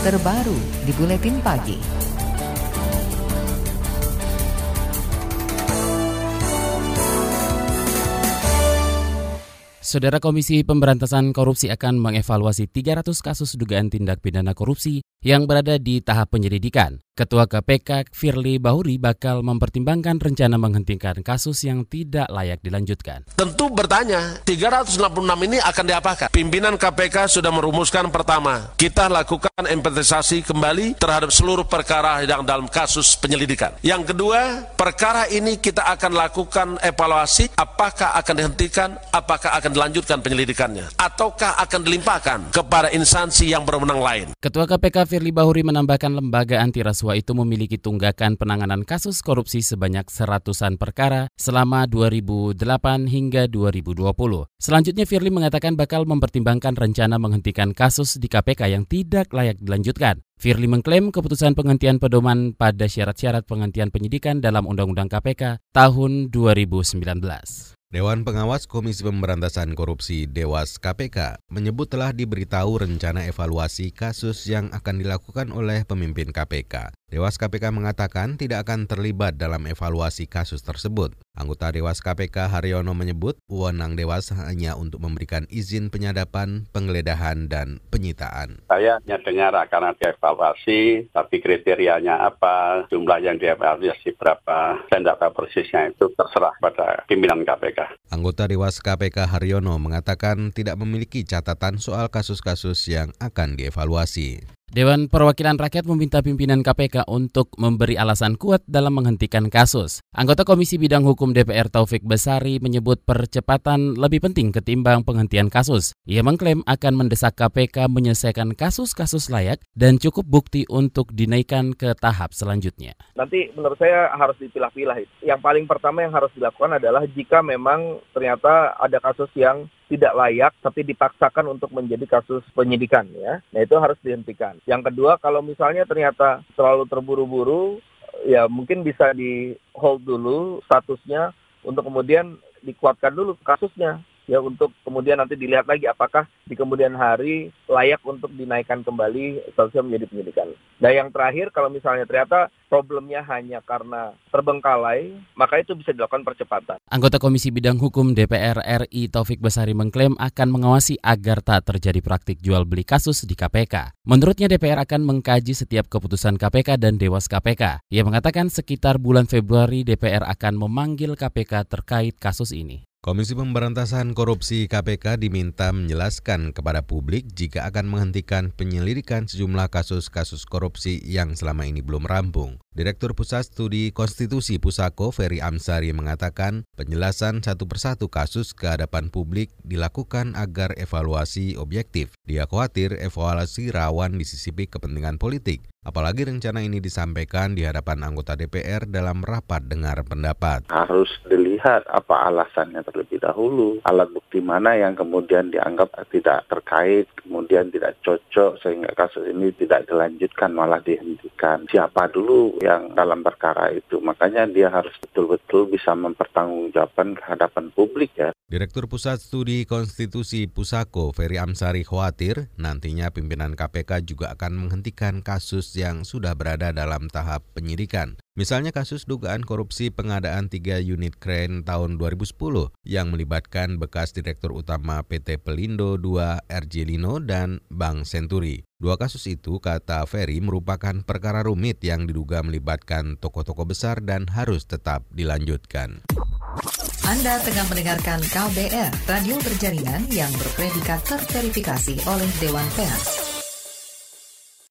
terbaru di Buletin Pagi. Saudara, Komisi Pemberantasan Korupsi akan mengevaluasi 300 kasus dugaan tindak pidana korupsi yang berada di tahap penyelidikan. Ketua KPK Firly Bahuri bakal mempertimbangkan rencana menghentikan kasus yang tidak layak dilanjutkan. Tentu bertanya, 366 ini akan diapakan? Pimpinan KPK sudah merumuskan pertama, kita lakukan inventarisasi kembali terhadap seluruh perkara yang dalam kasus penyelidikan. Yang kedua, perkara ini kita akan lakukan evaluasi, apakah akan dihentikan, apakah akan dilanjutkan penyelidikannya, ataukah akan dilimpahkan kepada instansi yang berwenang lain. Ketua KPK Firly Bahuri menambahkan lembaga anti rasuah itu memiliki tunggakan penanganan kasus korupsi sebanyak 100-an perkara selama 2008 hingga 2020. Selanjutnya Firly mengatakan bakal mempertimbangkan rencana menghentikan kasus di KPK yang tidak layak dilanjutkan. Firly mengklaim keputusan penghentian pedoman pada syarat-syarat penghentian penyidikan dalam Undang-Undang KPK tahun 2019. Dewan Pengawas Komisi Pemberantasan Korupsi Dewas KPK menyebut telah diberitahu rencana evaluasi kasus yang akan dilakukan oleh pemimpin KPK. Dewas KPK mengatakan tidak akan terlibat dalam evaluasi kasus tersebut. Anggota Dewas KPK Haryono menyebut wewenang Dewas hanya untuk memberikan izin penyadapan, penggeledahan, dan penyitaan. Saya hanya dengar akan ada evaluasi, tapi kriterianya apa, jumlah yang dievaluasi berapa, dan data persisnya itu terserah pada pimpinan KPK. Anggota Dewas KPK Haryono mengatakan tidak memiliki catatan soal kasus-kasus yang akan dievaluasi. Dewan Perwakilan Rakyat meminta pimpinan KPK untuk memberi alasan kuat dalam menghentikan kasus. Anggota Komisi Bidang Hukum DPR Taufik Besari menyebut percepatan lebih penting ketimbang penghentian kasus. Ia mengklaim akan mendesak KPK menyelesaikan kasus-kasus layak dan cukup bukti untuk dinaikkan ke tahap selanjutnya. Nanti menurut saya harus dipilah-pilah. Yang paling pertama yang harus dilakukan adalah jika memang ternyata ada kasus yang tidak layak tapi dipaksakan untuk menjadi kasus penyidikan, ya. Nah, itu harus dihentikan. Yang kedua, kalau misalnya ternyata terlalu terburu-buru, ya mungkin bisa di hold dulu statusnya untuk kemudian dikuatkan dulu kasusnya, ya, untuk kemudian nanti dilihat lagi apakah di kemudian hari layak untuk dinaikkan kembali statusnya menjadi penyidikan. Dan yang terakhir, kalau misalnya ternyata problemnya hanya karena terbengkalai, maka itu bisa dilakukan percepatan. Anggota Komisi Bidang Hukum DPR RI Taufik Besari mengklaim akan mengawasi agar tak terjadi praktik jual beli kasus di KPK. Menurutnya DPR akan mengkaji setiap keputusan KPK dan Dewas KPK. Ia mengatakan sekitar bulan Februari DPR akan memanggil KPK terkait kasus ini. Komisi Pemberantasan Korupsi KPK diminta menjelaskan kepada publik jika akan menghentikan penyelidikan sejumlah kasus-kasus korupsi yang selama ini belum rampung. Direktur Pusat Studi Konstitusi Pusako Ferry Amsari mengatakan penjelasan satu persatu kasus ke hadapan publik dilakukan agar evaluasi objektif. Dia khawatir evaluasi rawan disisipi kepentingan politik. Apalagi rencana ini disampaikan di hadapan anggota DPR dalam rapat dengar pendapat. Harus dilihat apa alasannya terlebih dahulu. Alat bukti mana yang kemudian dianggap tidak terkait, kemudian tidak cocok sehingga kasus ini tidak dilanjutkan malah dihentikan. Siapa dulu yang dalam perkara itu? Makanya dia harus betul-betul bisa mempertanggungjawabkan ke hadapan publik, ya. Direktur Pusat Studi Konstitusi Pusako Ferry Amsari khawatir nantinya pimpinan KPK juga akan menghentikan kasus yang sudah berada dalam tahap penyidikan. Misalnya kasus dugaan korupsi pengadaan 3 unit kren tahun 2010 yang melibatkan bekas Direktur Utama PT Pelindo II RJ Lino dan Bank Senturi. Dua kasus itu, kata Ferry, merupakan perkara rumit yang diduga melibatkan tokoh-tokoh besar dan harus tetap dilanjutkan. Anda tengah mendengarkan KBR, radio berjaringan yang berpredikat terverifikasi oleh Dewan Pers.